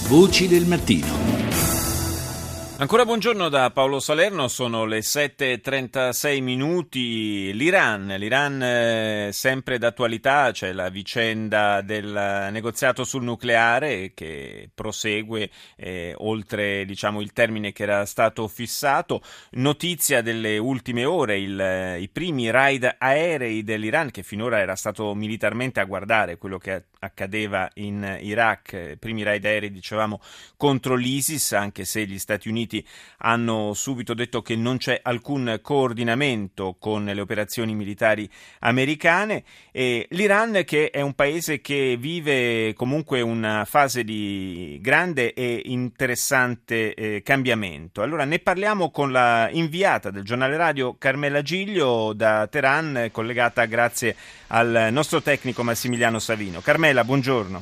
Voci del mattino. Ancora buongiorno da Paolo Salerno, sono le 7:36 minuti. L'Iran sempre d'attualità, c'è la vicenda del negoziato sul nucleare che prosegue oltre il termine che era stato fissato. Notizia delle ultime ore, i primi raid aerei dell'Iran, che finora era stato militarmente a guardare quello che accadeva in Iraq, primi raid aerei dicevamo contro l'ISIS, anche se gli Stati Uniti hanno subito detto che non c'è alcun coordinamento con le operazioni militari americane. E l'Iran, che è un paese che vive comunque una fase di grande e interessante cambiamento. Allora ne parliamo con la inviata del giornale radio Carmela Giglio da Teheran, collegata grazie al nostro tecnico Massimiliano Savino. Carmela, buongiorno.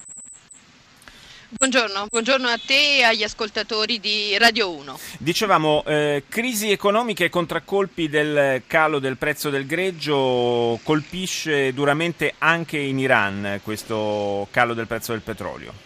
Buongiorno a te e agli ascoltatori di Radio 1. Dicevamo, crisi economica e contraccolpi del calo del prezzo del greggio colpisce duramente anche in Iran questo calo del prezzo del petrolio.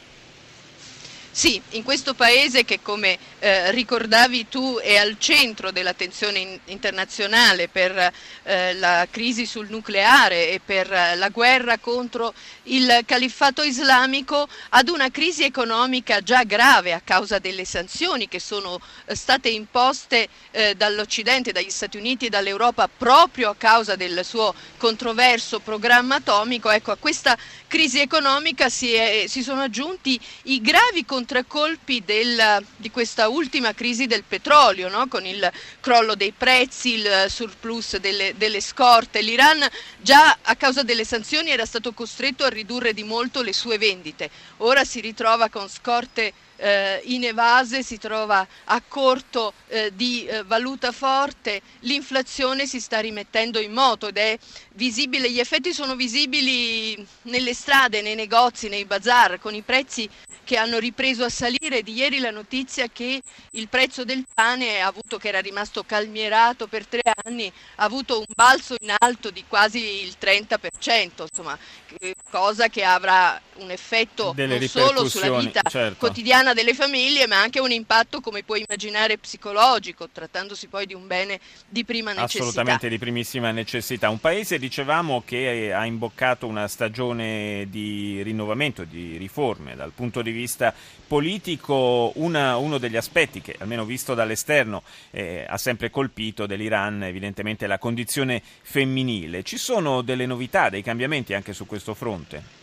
Sì, in questo paese che, come ricordavi tu, è al centro dell'attenzione internazionale per la crisi sul nucleare e per la guerra contro il califfato islamico, ad una crisi economica già grave a causa delle sanzioni che sono state imposte dall'Occidente, dagli Stati Uniti e dall'Europa proprio a causa del suo controverso programma atomico. Ecco, a questa crisi economica si sono aggiunti i gravi contraccolpi di questa ultima crisi del petrolio, no? Con il crollo dei prezzi, il surplus delle scorte. L'Iran già a causa delle sanzioni era stato costretto a ridurre di molto le sue vendite. Ora si ritrova con scorte inevase, si trova a corto di valuta forte, l'inflazione si sta rimettendo in moto ed è visibile, gli effetti sono visibili nelle strade, nei negozi, nei bazar, con i prezzi che hanno ripreso a salire. Di ieri la notizia che il prezzo del pane, che era rimasto calmierato per 3 anni, ha avuto un balzo in alto di quasi il 30%, insomma, cosa che avrà un effetto non solo sulla vita quotidiana delle famiglie, ma anche un impatto, come puoi immaginare, psicologico, trattandosi poi di un bene di prima necessità. Assolutamente di primissima necessità. Un paese, dicevamo, che ha imboccato una stagione di rinnovamento, di riforme. Dal punto di vista politico, uno degli aspetti che, almeno visto dall'esterno, ha sempre colpito dell'Iran, evidentemente, la condizione femminile. Ci sono delle novità, dei cambiamenti anche su questo fronte?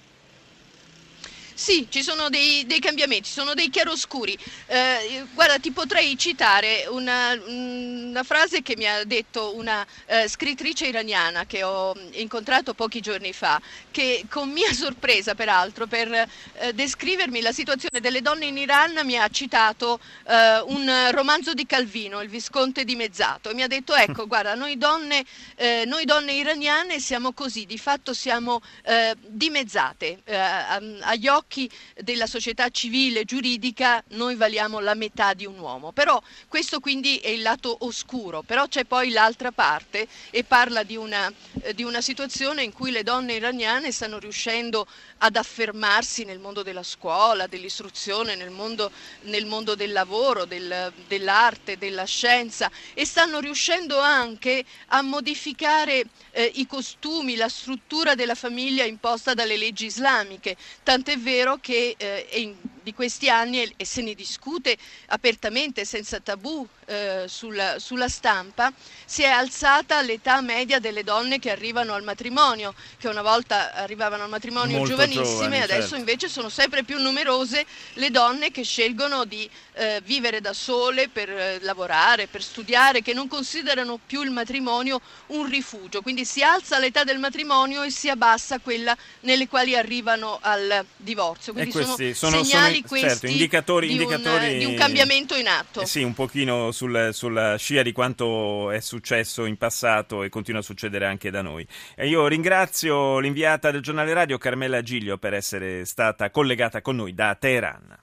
Sì, ci sono dei cambiamenti, ci sono dei chiaroscuri. Guarda, ti potrei citare una frase che mi ha detto una scrittrice iraniana che ho incontrato pochi giorni fa, che con mia sorpresa, peraltro, per descrivermi la situazione delle donne in Iran, mi ha citato un romanzo di Calvino, Il Visconte dimezzato, e mi ha detto: ecco, guarda, noi donne iraniane siamo così, di fatto siamo dimezzate agli occhi della società civile giuridica. Noi valiamo la metà di un uomo, però questo quindi è il lato oscuro. Però c'è poi l'altra parte, e parla di una situazione in cui le donne iraniane stanno riuscendo ad affermarsi nel mondo della scuola, dell'istruzione, nel mondo del lavoro, dell'arte, della scienza, e stanno riuscendo anche a modificare i costumi, la struttura della famiglia imposta dalle leggi islamiche. Tant'è vero che di questi anni, e se ne discute apertamente senza tabù sulla stampa, si è alzata l'età media delle donne che arrivano al matrimonio, che una volta arrivavano al matrimonio molto giovanissime, giovani, adesso certo. Invece sono sempre più numerose le donne che scelgono di vivere da sole per lavorare, per studiare, che non considerano più il matrimonio un rifugio. Quindi si alza l'età del matrimonio e si abbassa quella nelle quali arrivano al divorzio. Quindi sono segnali questi, certo, indicatori di un cambiamento in atto. Sì, un pochino sulla scia di quanto è successo in passato e continua a succedere anche da noi. E io ringrazio l'inviata del giornale radio Carmela Giglio per essere stata collegata con noi da Teheran.